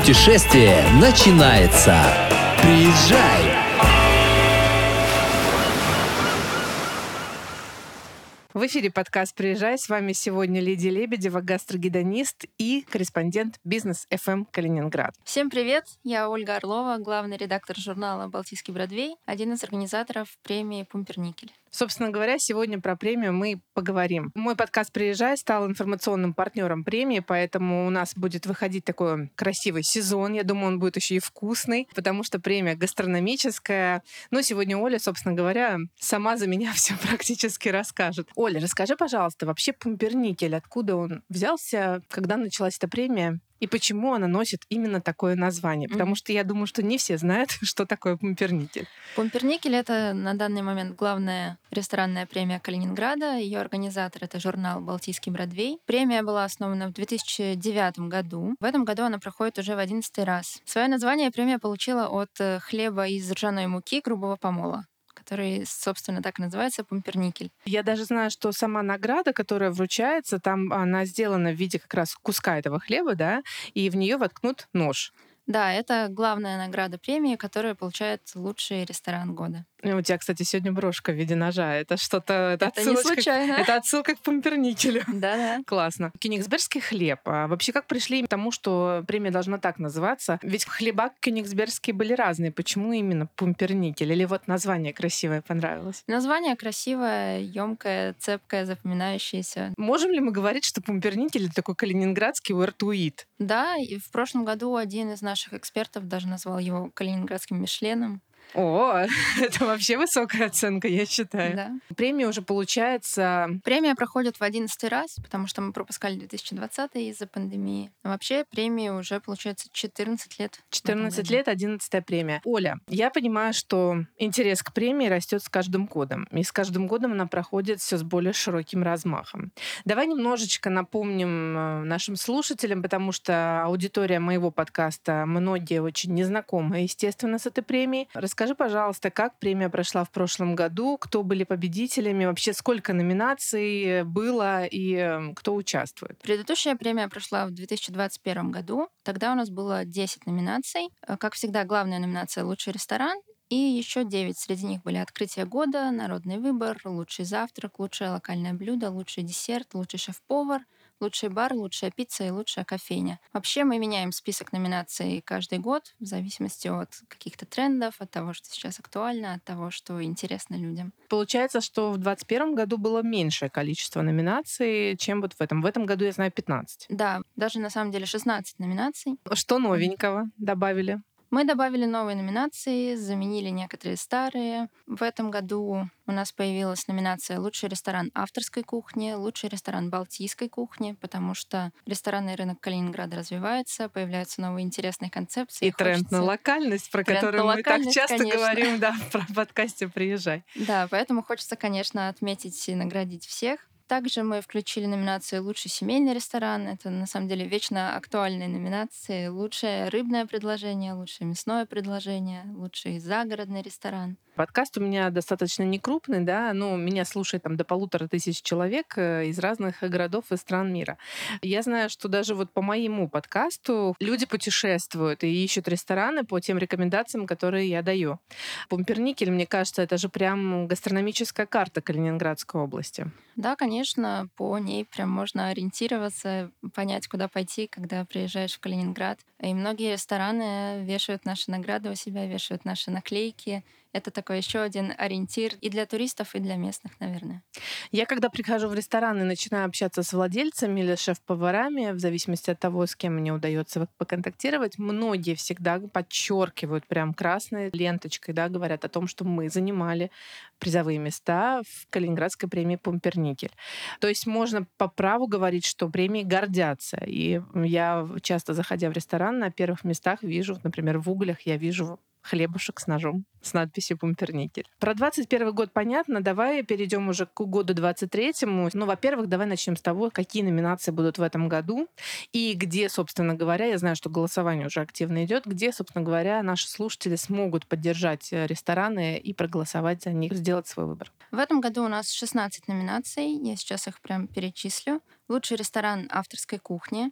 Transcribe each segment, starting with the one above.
Путешествие начинается. Приезжай! В эфире подкаст «Приезжай». С вами сегодня Лидия Лебедева, гастрогедонист и корреспондент Бизнес ФМ Калининград. Всем привет! Я Ольга Орлова, главный редактор журнала «Балтийский Бродвей», один из организаторов премии «Пумперникель». Собственно говоря, сегодня про премию мы поговорим. Мой подкаст «Приезжай» стал информационным партнером премии, поэтому у нас будет выходить такой красивый сезон. Я думаю, он будет еще и вкусный, потому что премия гастрономическая. Но сегодня Оля, собственно говоря, сама за меня все практически расскажет. Оля, расскажи, пожалуйста, вообще пумперникель, откуда он взялся, когда началась эта премия? И почему она носит именно такое название? Потому что я думаю, что не все знают, что такое пумперникель. Пумперникель — это на данный момент главная ресторанная премия Калининграда. Ее организатор — это журнал «Балтийский Бродвей». Премия была основана в 2009 году. В этом году она проходит уже в 11-й раз. Свое название премия получила от хлеба из ржаной муки грубого помола, который, собственно, так и называется — пумперникель. Я даже знаю, что сама награда, которая вручается, там она сделана в виде как раз куска этого хлеба, да, и в нее воткнут нож. Да, это главная награда премии, которая получает лучший ресторан года. И у тебя, кстати, сегодня брошка в виде ножа. Это что-то... Это не случайно. Это отсылка к пумперникелю. Да-да. Классно. Кёнигсбергский хлеб. А вообще как пришли к тому, что премия должна так называться? Ведь хлеба кёнигсбергские были разные. Почему именно пумперникель? Или вот название красивое понравилось? Название красивое, ёмкое, цепкое, запоминающееся. Можем ли мы говорить, что пумперникель — это такой калининградский уэртуит? Да, и в прошлом году один из наших экспертов даже назвал его калининградским Мишленом. О, это вообще высокая оценка, я считаю. Да. Премия уже получается... Премия проходит в 11-й раз, потому что мы пропускали 2020 из-за пандемии. А вообще премии уже, получается, 14 лет. 14 лет, 11-я премия. Оля, я понимаю, что интерес к премии растет с каждым годом. И с каждым годом она проходит все с более широким размахом. Давай немножечко напомним нашим слушателям, потому что аудитория моего подкаста, многие очень незнакомы, естественно, с этой премией. Расскажи, пожалуйста, как премия прошла в прошлом году, кто были победителями, вообще сколько номинаций было и кто участвует? Предыдущая премия прошла в 2021 году. Тогда у нас было 10 номинаций. Как всегда, главная номинация — «Лучший ресторан». И еще 9. Среди них были «Открытие года», «Народный выбор», «Лучший завтрак», «Лучшее локальное блюдо», «Лучший десерт», «Лучший шеф-повар», «Лучший бар», «Лучшая пицца» и «Лучшая кофейня». Вообще мы меняем список номинаций каждый год в зависимости от каких-то трендов, от того, что сейчас актуально, от того, что интересно людям. Получается, что в 2021 году было меньшее количество номинаций, чем вот в этом. В этом году, я знаю, 15. Да, даже на самом деле 16 номинаций. Что новенького добавили? Мы добавили новые номинации, заменили некоторые старые. В этом году у нас появилась номинация «Лучший ресторан авторской кухни», «Лучший ресторан балтийской кухни», потому что ресторанный рынок Калининграда развивается, появляются новые интересные концепции. И тренд на локальность, про которую мы так часто говорим, да, в подкасте «Приезжай». Да, поэтому хочется, конечно, отметить и наградить всех. Также мы включили номинацию «Лучший семейный ресторан». Это, на самом деле, вечно актуальные номинации. Лучшее рыбное предложение, лучшее мясное предложение, лучший загородный ресторан. Подкаст у меня достаточно некрупный, да, но меня слушает там до 1500 человек из разных городов и стран мира. Я знаю, что даже вот по моему подкасту люди путешествуют и ищут рестораны по тем рекомендациям, которые я даю. Пумперникель, мне кажется, это же прям гастрономическая карта Калининградской области. Да, конечно, по ней прям можно ориентироваться, понять, куда пойти, когда приезжаешь в Калининград. И многие рестораны вешают наши награды у себя, вешают наши наклейки. Это такой еще один ориентир и для туристов, и для местных, наверное. Я когда прихожу в ресторан и начинаю общаться с владельцами или шеф-поварами, в зависимости от того, с кем мне удается поконтактировать, многие всегда подчеркивают прям красной ленточкой, да, говорят о том, что мы занимали призовые места в Калининградской премии «Пумперникель». То есть можно по праву говорить, что премии гордятся. И я часто, заходя в ресторан, на первых местах вижу, например, в углях я вижу хлебушек с ножом с надписью «Пумперникель». Про 21 год понятно. Давай перейдем уже к году 23-му. Ну, во-первых, давай начнем с того, какие номинации будут в этом году и где, собственно говоря, я знаю, что голосование уже активно идет, где, собственно говоря, наши слушатели смогут поддержать рестораны и проголосовать за них, сделать свой выбор. В этом году у нас 16 номинаций. Я сейчас их прям перечислю. Лучший ресторан авторской кухни,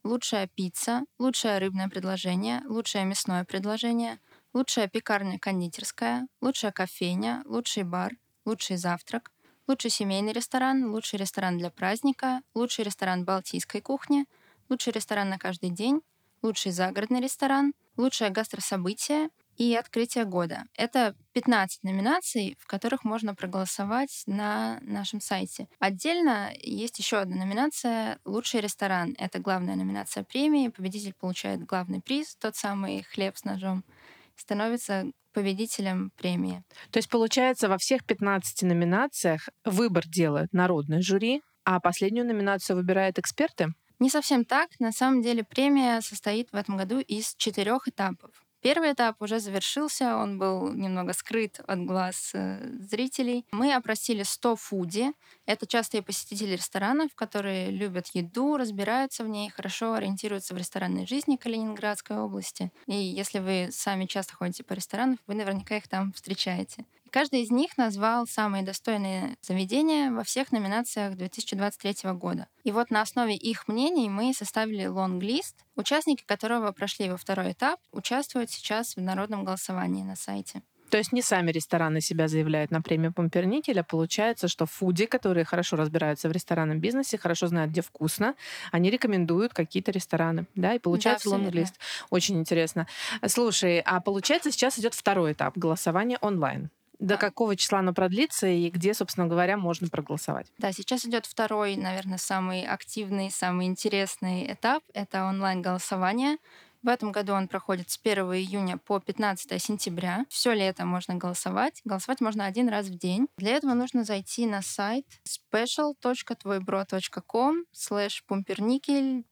лучшая пицца, лучшее рыбное предложение, лучшее мясное предложение, лучшая пекарня-кондитерская, лучшая кофейня, лучший бар, лучший завтрак, лучший семейный ресторан, лучший ресторан для праздника, лучший ресторан балтийской кухни, лучший ресторан на каждый день, лучший загородный ресторан, лучшее гастрособытие и открытие года. Это 15 номинаций, в которых можно проголосовать на нашем сайте. Отдельно есть еще одна номинация «Лучший ресторан». Это главная номинация премии. Победитель получает главный приз, тот самый хлеб с ножом, становится победителем премии. То есть, получается, во всех 15 номинациях выбор делает народное жюри, а последнюю номинацию выбирают эксперты? Не совсем так. На самом деле премия состоит в этом году из 4 этапов. Первый этап уже завершился, он был немного скрыт от глаз зрителей. Мы опросили 100 фуди. Это частые посетители ресторанов, которые любят еду, разбираются в ней, хорошо ориентируются в ресторанной жизни Калининградской области. И если вы сами часто ходите по ресторанам, вы наверняка их там встречаете. И каждый из них назвал самые достойные заведения во всех номинациях 2023 года. И вот на основе их мнений мы составили лонг-лист, участники которого прошли во второй этап, участвуют сейчас в народном голосовании на сайте. То есть не сами рестораны себя заявляют на премию Пумперникеля. Получается, что фуди, которые хорошо разбираются в ресторанном бизнесе, хорошо знают, где вкусно, они рекомендуют какие-то рестораны. Да, и получается Да, лонг-лист. Очень интересно. Слушай, а получается, сейчас идет второй этап голосования онлайн. До какого числа оно продлится и где, собственно говоря, можно проголосовать? Да, сейчас идет второй, наверное, самый активный, самый интересный этап. Это онлайн-голосование. В этом году он проходит с 1 июня по 15 сентября. Все лето можно голосовать. Голосовать можно один раз в день. Для этого нужно зайти на сайт special.tvoybro.com/pumpernickel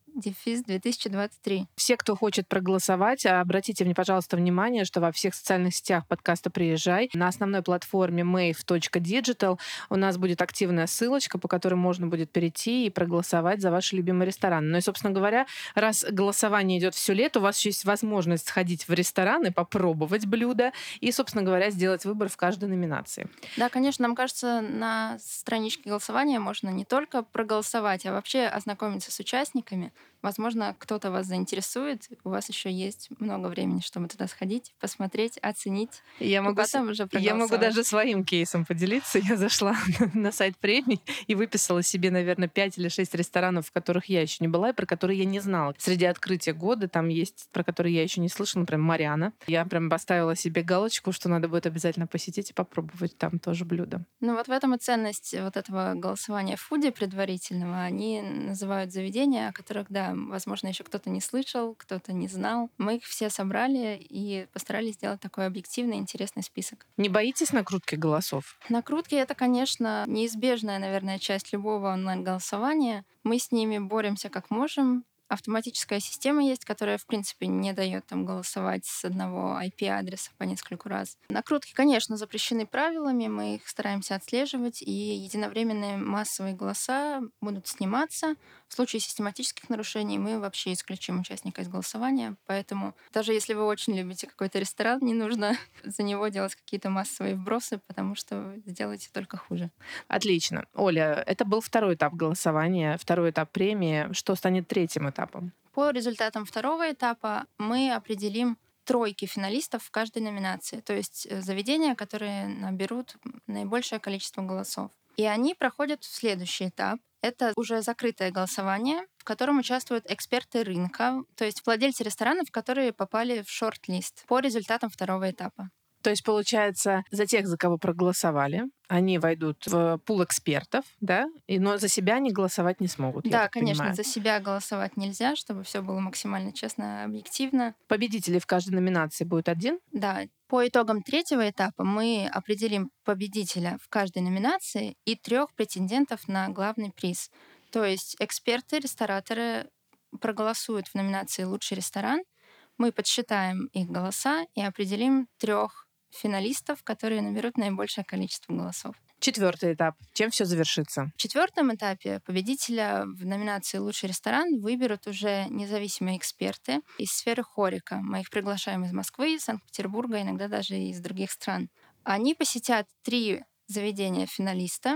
2023. Все, кто хочет проголосовать, обратите мне, пожалуйста, внимание, что во всех социальных сетях подкаста «Приезжай» на основной платформе mave.digital у нас будет активная ссылочка, по которой можно будет перейти и проголосовать за ваши любимые рестораны. Ну и, собственно говоря, раз голосование идет все лето, у вас еще есть возможность сходить в ресторан и попробовать блюдо и, собственно говоря, сделать выбор в каждой номинации. Да, конечно, нам кажется, на страничке голосования можно не только проголосовать, а вообще ознакомиться с участниками. Возможно, кто-то вас заинтересует, у вас еще есть много времени, чтобы туда сходить, посмотреть, оценить, Я могу потом уже проголосовать. Я могу даже своим кейсом поделиться. Я зашла на сайт премий и выписала себе, наверное, 5 или 6 ресторанов, в которых я еще не была и про которые я не знала. Среди открытия года там есть, про которые я еще не слышала, например, Мариана. Я прям поставила себе галочку, что надо будет обязательно посетить и попробовать там тоже блюдо. Ну вот в этом и ценность вот этого голосования фуди предварительного. Они называют заведения, о которых, да, возможно, еще кто-то не слышал, кто-то не знал. Мы их все собрали и постарались сделать такой объективный, интересный список. Не боитесь накрутки голосов? Накрутки — это, конечно, неизбежная, наверное, часть любого онлайн-голосования. Мы с ними боремся как можем. Автоматическая система есть, которая, в принципе, не дает там голосовать с одного IP-адреса по нескольку раз. Накрутки, конечно, запрещены правилами, мы их стараемся отслеживать, и единовременные массовые голоса будут сниматься. В случае систематических нарушений мы вообще исключим участника из голосования, поэтому даже если вы очень любите какой-то ресторан, не нужно за него делать какие-то массовые вбросы, потому что вы сделаете только хуже. Отлично. Оля, это был второй этап голосования, второй этап премии. Что станет третьим этапом? По результатам второго этапа мы определим тройки финалистов в каждой номинации, то есть заведения, которые наберут наибольшее количество голосов. И они проходят в следующий этап. Это уже закрытое голосование, в котором участвуют эксперты рынка, то есть владельцы ресторанов, которые попали в шорт-лист по результатам второго этапа. То есть, получается, за тех, за кого проголосовали, они войдут в пул экспертов, да, но за себя они голосовать не смогут. Да, я так конечно, понимаю. за себя голосовать нельзя, чтобы все было максимально честно, объективно. Победителей в каждой номинации будет один. Да, по итогам третьего этапа мы определим победителя в каждой номинации и 3 претендентов на главный приз. То есть эксперты, рестораторы проголосуют в номинации «Лучший ресторан», мы подсчитаем их голоса и определим 3 финалистов, которые наберут наибольшее количество голосов. Четвертый этап. Чем все завершится? В 4-м этапе победителя в номинации «Лучший ресторан» выберут уже независимые эксперты из сферы хорика. Мы их приглашаем из Москвы, Санкт-Петербурга, иногда даже из других стран. Они посетят 3 заведения финалиста,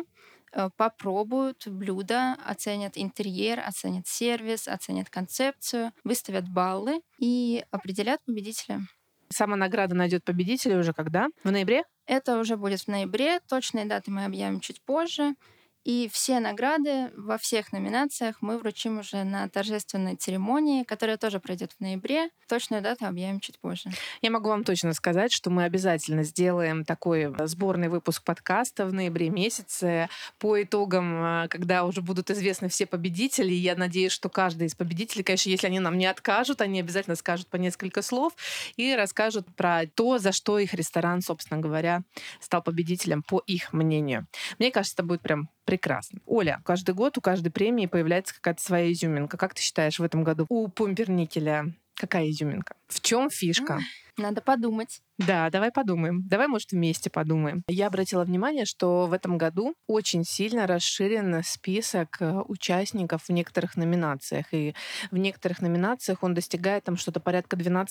попробуют блюдо, оценят интерьер, оценят сервис, оценят концепцию, выставят баллы и определят победителя. Сама награда найдет победителя уже когда? В ноябре? Это уже будет в ноябре. Точные даты мы объявим чуть позже. И все награды во всех номинациях мы вручим уже на торжественной церемонии, которая тоже пройдет в ноябре. Точную дату объявим чуть позже. Я могу вам точно сказать, что мы обязательно сделаем такой сборный выпуск подкаста в ноябре месяце по итогам, когда уже будут известны все победители. Я надеюсь, что каждый из победителей, конечно, если они нам не откажут, они обязательно скажут по несколько слов и расскажут про то, за что их ресторан, собственно говоря, стал победителем по их мнению. Мне кажется, это будет прям прекрасно. Оля, каждый год у каждой премии появляется какая-то своя изюминка. Как ты считаешь, в этом году у Пумперникеля какая изюминка? В чем фишка? Надо подумать. Да, давай подумаем. Давай, может, вместе подумаем. Я обратила внимание, что в этом году очень сильно расширен список участников в некоторых номинациях. И в некоторых номинациях он достигает там что-то порядка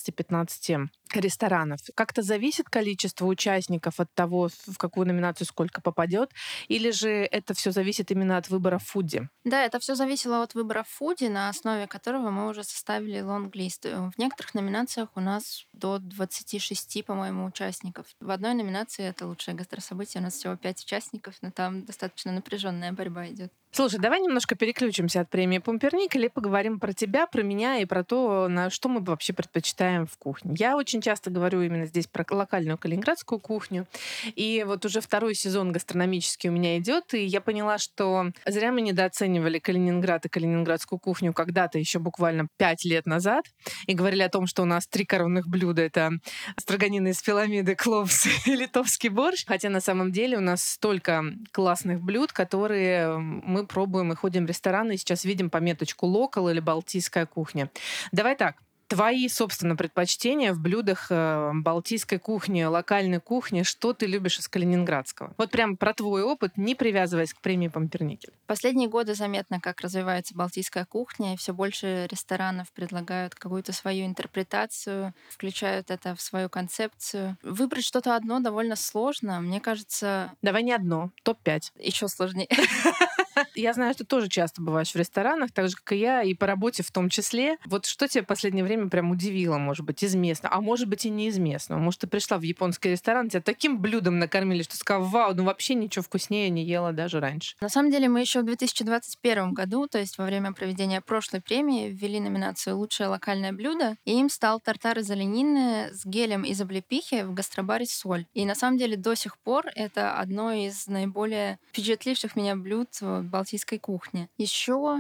12-15 ресторанов. Как-то зависит количество участников от того, в какую номинацию сколько попадет, или же это все зависит именно от выбора фуди? Да, это все зависело от выбора фуди, на основе которого мы уже составили лонглист. В некоторых номинациях у нас до 26, по-моему, участников. В одной номинации это лучшее гастрособытие. У нас всего 5 участников, но там достаточно напряженная борьба идет. Слушай, давай немножко переключимся от премии Пумперникель и поговорим про тебя, про меня и про то, на что мы вообще предпочитаем в кухне. Я очень часто говорю именно здесь про локальную калининградскую кухню. И вот уже второй сезон гастрономический у меня идет, и я поняла, что зря мы недооценивали Калининград и калининградскую кухню когда-то, еще буквально 5 лет назад, и говорили о том, что у нас 3 коронных блюда — это строганина из филамиды, кловс и литовский борщ. Хотя на самом деле у нас столько классных блюд, которые мы пробуем и ходим в рестораны, и сейчас видим пометочку «Локал» или «Балтийская кухня». Давай так. Твои, собственно, предпочтения в блюдах балтийской кухни, локальной кухни, что ты любишь из калининградского? Вот прям про твой опыт, не привязываясь к премии Пумперникель. Последние годы заметно, как развивается балтийская кухня, и все больше ресторанов предлагают какую-то свою интерпретацию, включают это в свою концепцию. Выбрать что-то одно довольно сложно. Мне кажется... Давай не одно, топ-5. Еще сложнее. Я знаю, что ты тоже часто бываешь в ресторанах, так же, как и я, и по работе в том числе. Вот что тебя в последнее время прям удивило, может быть, из местного, а может быть и не из местного? Может, ты пришла в японский ресторан, тебя таким блюдом накормили, что сказала: вау, ну вообще ничего вкуснее не ела даже раньше. На самом деле мы еще в 2021 году, то есть во время проведения прошлой премии, ввели номинацию «Лучшее локальное блюдо», и им стал тартар из оленины с гелем из облепихи в гастробаре «Соль». И на самом деле до сих пор это одно из наиболее впечатливших меня блюд в балтийской кухне. Еще...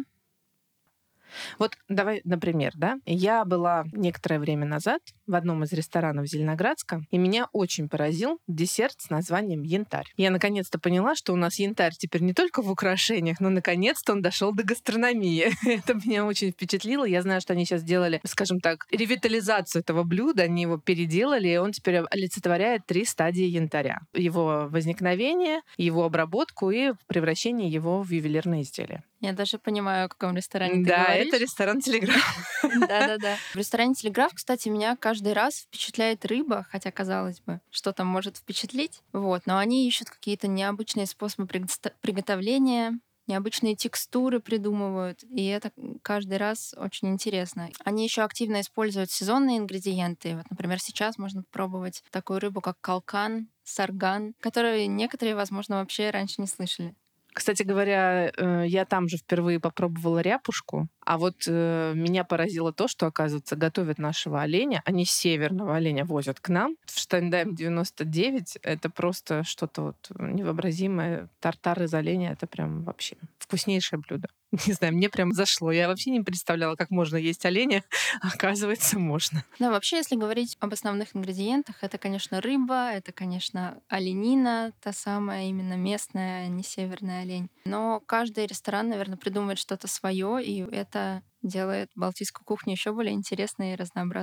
Вот давай, например, да, я была некоторое время назад в одном из ресторанов Зеленоградска, и меня очень поразил десерт с названием янтарь. Я наконец-то поняла, что у нас янтарь теперь не только в украшениях, но наконец-то он дошел до гастрономии. Это меня очень впечатлило. Я знаю, что они сейчас сделали, скажем так, ревитализацию этого блюда, они его переделали, и он теперь олицетворяет 3 стадии янтаря: его возникновение, его обработку и превращение его в ювелирное изделие. Я даже понимаю, о каком ресторане ты Да, говоришь. это ресторан «Телеграф». Да-да-да. В ресторане «Телеграф», кстати, меня каждый раз впечатляет рыба, хотя, казалось бы, что там может впечатлить. Вот. Но они ищут какие-то необычные способы приготовления, необычные текстуры придумывают, и это каждый раз очень интересно. Они еще активно используют сезонные ингредиенты. Вот, например, сейчас можно попробовать такую рыбу, как калкан, сарган, которую некоторые, возможно, вообще раньше не слышали. Кстати говоря, я там же впервые попробовала ряпушку, а вот меня поразило то, что, оказывается, готовят нашего оленя, они северного оленя возят к нам. В Штайндайм 99 это просто что-то вот невообразимое. Тартар из оленя — это прям вообще вкуснейшее блюдо. Не знаю, мне прям зашло. Я вообще не представляла, как можно есть оленя. Оказывается, можно. Да, вообще, если говорить об основных ингредиентах, это, конечно, рыба, это, конечно, оленина, та самая именно местная, не северный олень. Но каждый ресторан, наверное, придумывает что-то свое, и это делает балтийскую кухню еще более интересной и разнообразной.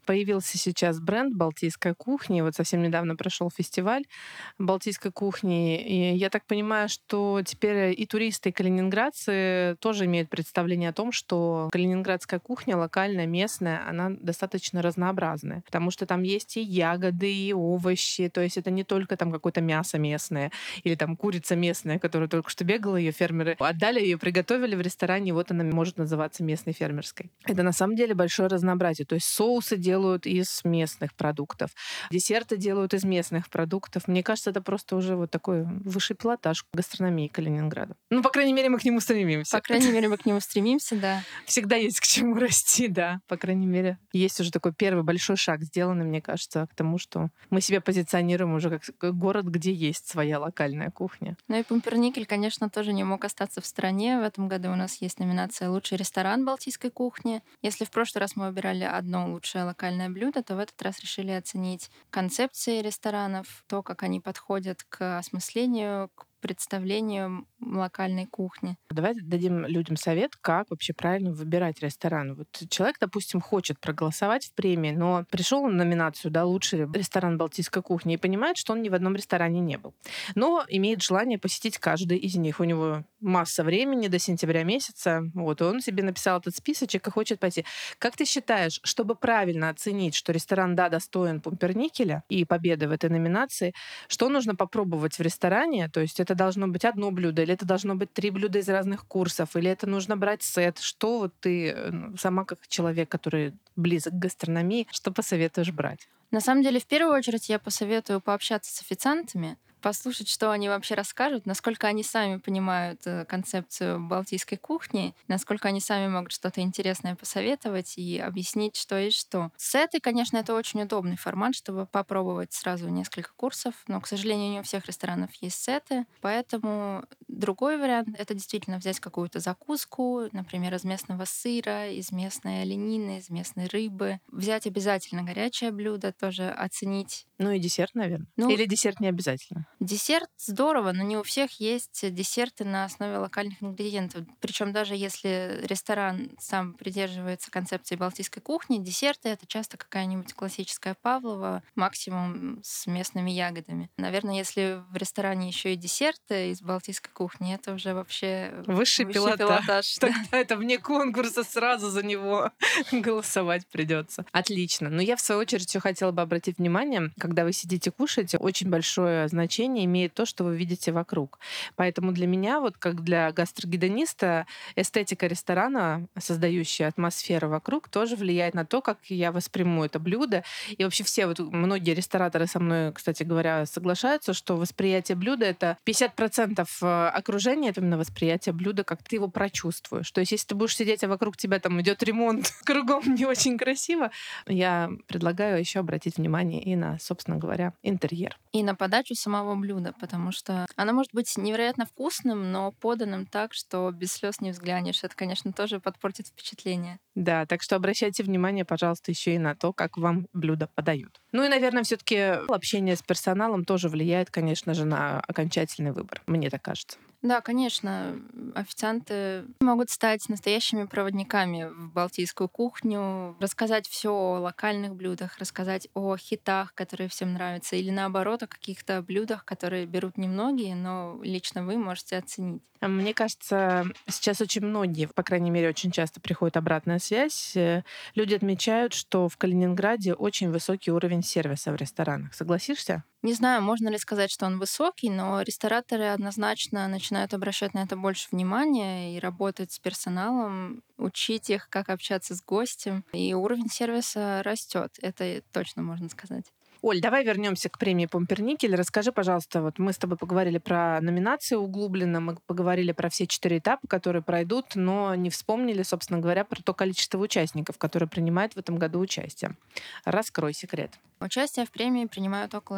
Появился сейчас бренд балтийской кухни. Вот совсем недавно прошел фестиваль балтийской кухни. И я так понимаю, что теперь и туристы, и калининградцы тоже имеют представление о том, что калининградская кухня локальная, местная, она достаточно разнообразная. Потому что там есть и ягоды, и овощи. То есть это не только там какое-то мясо местное или там курица местная, которая только что бегала, ее фермеры отдали, ее приготовили в ресторане, вот она может называться местной фермерской. Это на самом деле большое разнообразие. То есть соусы делают из местных продуктов, десерты делают из местных продуктов. Мне кажется, это просто уже вот такой высший пилотаж гастрономии Калининграда. Ну, по крайней мере, мы к нему стремимся. По крайней мере, мы к нему стремимся, да. Всегда есть к чему расти, да. По крайней мере, есть уже такой первый большой шаг сделанный, мне кажется, к тому, что мы себя позиционируем уже как город, где есть своя локальная кухня. Ну и Пумперникель, конечно, тоже не мог остаться в стороне. В этом году у нас есть номинация «Лучший ресторан балтийской кухни». Если в прошлый раз мы выбирали одно лучшее локальное блюдо, то в этот раз решили оценить концепции ресторанов, то, как они подходят к осмыслению, к представлению локальной кухни. Давай дадим людям совет, как вообще правильно выбирать ресторан. Вот человек, допустим, хочет проголосовать в премии, но пришел на номинацию, да, лучший ресторан балтийской кухни и понимает, что он ни в одном ресторане не был. Но имеет желание посетить каждый из них. У него масса времени до сентября месяца. Вот, и он себе написал этот списочек и хочет пойти. Как ты считаешь, чтобы правильно оценить, что ресторан, да, достоин Пумперникеля и победы в этой номинации, что нужно попробовать в ресторане? То есть это должно быть одно блюдо, или это должно быть 3 блюда из разных курсов, или это нужно брать сет? Что вот ты сама как человек, который близок к гастрономии, что посоветуешь брать? На самом деле, в первую очередь, я посоветую пообщаться с официантами, послушать, что они вообще расскажут, насколько они сами понимают концепцию балтийской кухни, насколько они сами могут что-то интересное посоветовать и объяснить, что есть что. Сеты, конечно, это очень удобный формат, чтобы попробовать сразу несколько курсов, но, к сожалению, не у всех ресторанов есть сеты, поэтому другой вариант — это действительно взять какую-то закуску, например, из местного сыра, из местной оленины, из местной рыбы, взять обязательно горячее блюдо, тоже оценить. Ну и десерт, наверное. Или десерт не обязательно? Десерт здорово, но не у всех есть десерты на основе локальных ингредиентов. Причем даже если ресторан сам придерживается концепции балтийской кухни, десерты — это часто какая-нибудь классическая павлова, максимум с местными ягодами. Наверное, если в ресторане еще и десерты из балтийской кухни, это уже вообще высший пилотаж. Тогда это вне конкурса, сразу за него голосовать придется. Отлично. Но я, в свою очередь, еще хотела бы обратить внимание, когда вы сидите кушаете, очень большое значение имеет то, что вы видите вокруг. Поэтому для меня, вот как для гастрогедониста, эстетика ресторана, создающая атмосферу вокруг, тоже влияет на то, как я восприму это блюдо. И вообще все, вот многие рестораторы со мной, кстати говоря, соглашаются, что восприятие блюда — это 50% окружения, это именно восприятие блюда, как ты его прочувствуешь. То есть если ты будешь сидеть, а вокруг тебя там идет ремонт, кругом не очень красиво, я предлагаю еще обратить внимание и на, собственно говоря, интерьер. И на подачу самого блюда, потому что оно может быть невероятно вкусным, но поданным так, что без слез не взглянешь. Это, конечно, тоже подпортит впечатление. Да, так что обращайте внимание, пожалуйста, еще и на то, как вам блюдо подают. Ну и, наверное, все-таки общение с персоналом тоже влияет, конечно же, на окончательный выбор. Мне так кажется. Да, конечно, официанты могут стать настоящими проводниками в балтийскую кухню, рассказать все о локальных блюдах, рассказать о хитах, которые всем нравятся, или наоборот, о каких-то блюдах, которые берут немногие, но лично вы можете оценить. Мне кажется, сейчас очень многие, по крайней мере, очень часто приходит обратная связь. Люди отмечают, что в Калининграде очень высокий уровень сервиса в ресторанах. Согласишься? Не знаю, можно ли сказать, что он высокий, но рестораторы однозначно начинают обращать на это больше внимания и работать с персоналом, учить их, как общаться с гостем. И уровень сервиса растет. Это точно можно сказать. Оль, давай вернемся к премии Пумперникель. Расскажи, пожалуйста, вот мы с тобой поговорили про номинации углубленно, мы поговорили про все 4 этапа, которые пройдут, но не вспомнили, собственно говоря, про то количество участников, которые принимают в этом году участие. Раскрой секрет. Участие в премии принимают около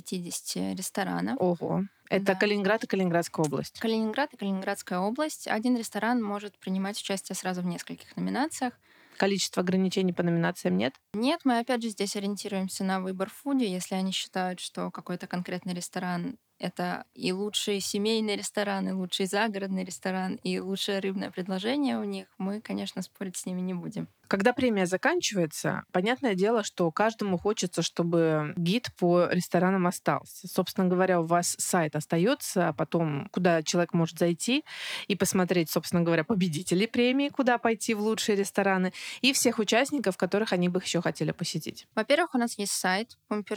150 ресторанов. Ого. Это Да. Калининград и Калининградская область. Калининград и Калининградская область. Один ресторан может принимать участие сразу в нескольких номинациях. Количество ограничений по номинациям нет? Нет, мы опять же здесь ориентируемся на выбор фуди. Если они считают, что какой-то конкретный ресторан — это и лучший семейный ресторан, и лучший загородный ресторан, и лучшее рыбное предложение у них, мы, конечно, спорить с ними не будем. Когда премия заканчивается, понятное дело, что каждому хочется, чтобы гид по ресторанам остался. Собственно говоря, у вас сайт остается, потом куда человек может зайти и посмотреть, собственно говоря, победителей премии, куда пойти в лучшие рестораны, и всех участников, которых они бы еще хотели посетить. Во-первых, у нас есть сайт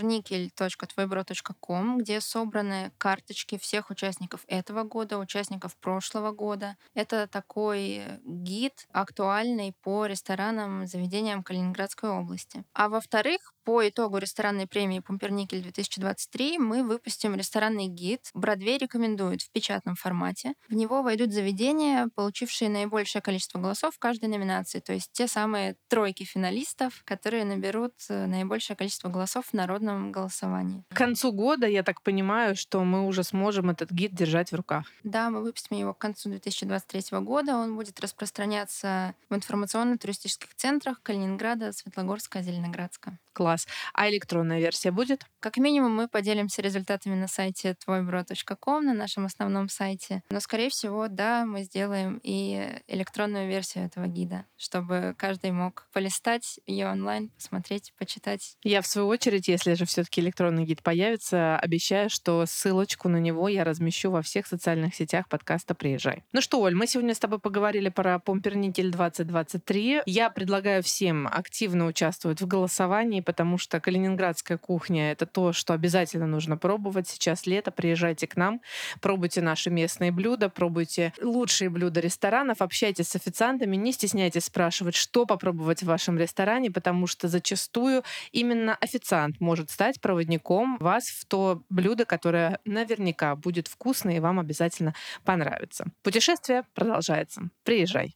pumpernickel.tvoybrod.com, где собраны карточки всех участников этого года, участников прошлого года. Это такой гид актуальный по ресторанам, заведениям Калининградской области. А во-вторых, по итогу ресторанной премии Пумперникель 2023 мы выпустим ресторанный гид. Бродвей рекомендует в печатном формате. В него войдут заведения, получившие наибольшее количество голосов в каждой номинации, то есть те самые тройки финалистов, которые наберут наибольшее количество голосов в народном голосовании. К концу года, я так понимаю, что мы уже сможем этот гид держать в руках. Да, мы выпустим его к концу 2023 года. Он будет распространяться в информационно-туристических центрах Калининграда, Светлогорска, Зеленоградска. Класс. А электронная версия будет? Как минимум, мы поделимся результатами на сайте tvoybrod.com, на нашем основном сайте. Но, скорее всего, да, мы сделаем и электронную версию этого гида, чтобы каждый мог полистать ее онлайн, посмотреть, почитать. Я, в свою очередь, если же все-таки электронный гид появится, обещаю, что ссылочку на него я размещу во всех социальных сетях подкаста «Приезжай». Ну что, Оль, мы сегодня с тобой поговорили про Пумперникель 2023. Я предлагаю всем активно участвовать в голосовании, потому что калининградская кухня — это то, что обязательно нужно пробовать. Сейчас лето, приезжайте к нам, пробуйте наши местные блюда, пробуйте лучшие блюда ресторанов, общайтесь с официантами, не стесняйтесь спрашивать, что попробовать в вашем ресторане, потому что зачастую именно официант может стать проводником вас в то блюдо, которое наверняка будет вкусно и вам обязательно понравится. Путешествие продолжается. Приезжай.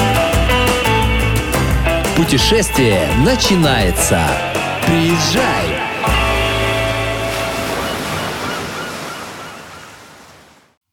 Путешествие начинается. Приезжай!